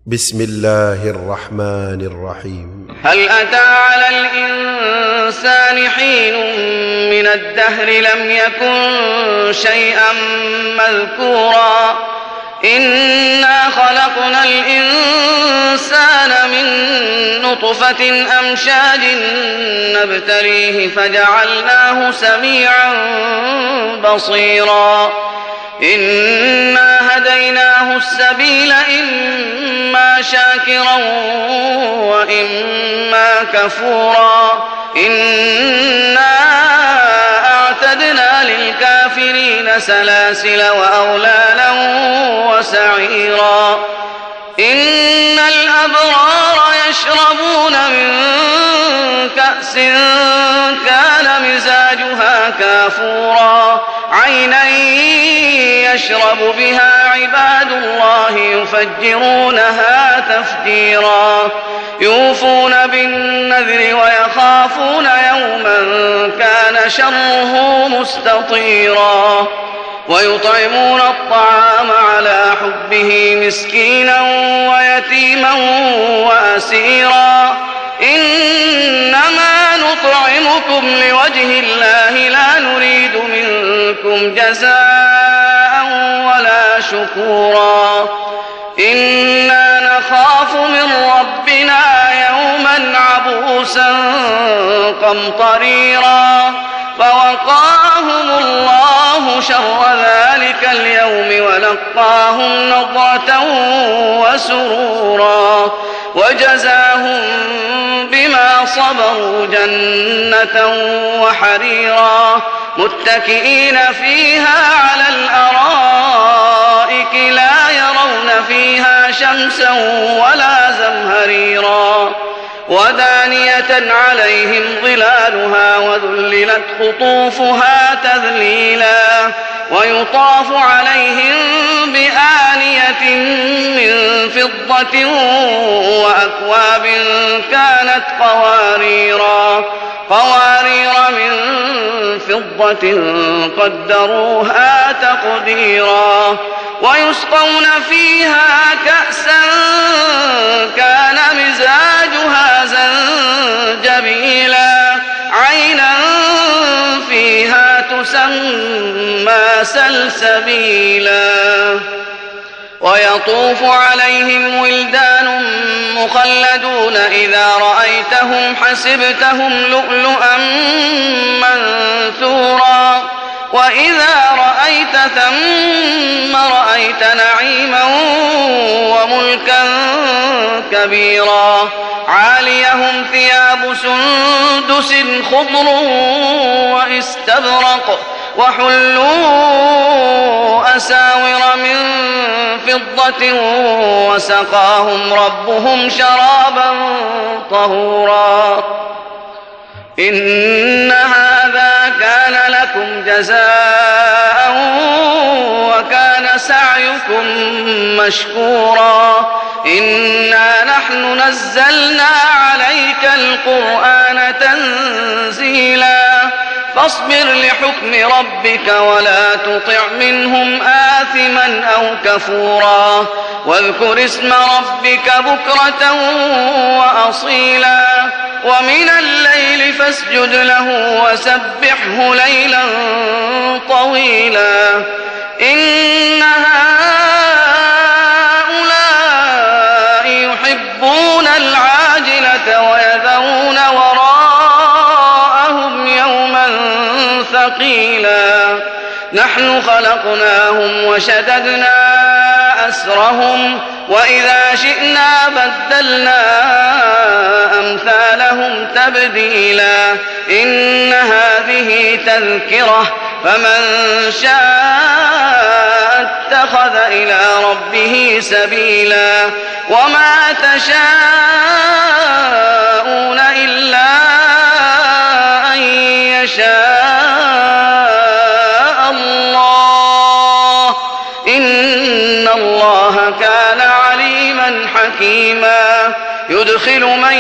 بسم الله الرحمن الرحيم. هل أتى على الإنسان حين من الدهر لم يكن شيئا مذكورا إنا خلقنا الإنسان من نطفة أمشاج نبتليه فجعلناه سميعا بصيرا إنا هديناه السبيل إما شاكرا وإما كفورا إنا أعتدنا للكافرين سلاسل وأغلالا وسعيرا إن الأبرار يشربون من كأس كان مزاجها كافورا عينا يشرب بها عباد الله يفجرونها تفجيرا يوفون بالنذر ويخافون يوما كان شره مستطيرا ويطعمون الطعام على حبه مسكينا ويتيما وأسيرا إنما نطعمكم لوجه الله لا نريد منكم جزاء ولا شكورا إنا نخاف من ربنا يوما عبوسا قمطريرا فوقاهم الله شر ذلك اليوم ولقاهم نضرة وسرورا وجزاهم بما صبروا جنة وحريرا متكئين فيها على الأرائك لا يرون فيها شمسا ولا زمهريرا ودانية عليهم ظلالها وذللت قطوفها تذليلا ويطاف عليهم بآنية من فضة وأكواب كانت قوارير من فضة قدروها تقديرا ويسقون فيها كأسا كان مزاجها زنجبيلا عينا فيها تسمى سلسبيلا ويطوف عليهم ولدان مخلدون إذا رأيتهم حسبتهم لؤلؤا منثورا وإذا رأيت ثم رأيت نعيما وملكا كبيرا عاليهم ثياب سندس خضر واستبرق وحلوا أساور من فضة وسقاهم ربهم شرابا طهورا إن هذا كان لكم جزاء وكان سعيكم مشكورا إنا نحن نزلنا عليك القرآن تنزيلا فاصبر لحكم ربك ولا تطع منهم آثما أو كفورا واذكر اسم ربك بكرة وأصيلا ومن الليل فاسجد له وسبحه ليلا طويلا إن هؤلاء يحبون العاجلة ويذرون وراءهم يوما ثقيلا نحن خلقناهم وشددنا أسرهم وإذا شئنا بدلنا أمثالهم تبديلا إن هذه تذكرة فمن شاء اتخذ إلى ربه سبيلا وما تشاءون إلا أن يشاء الله إن الله كان عليما حكيما يدخل من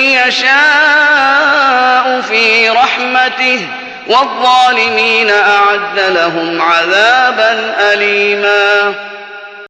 يشاء في رحمته والظالمين أعد لهم عذابا أليما.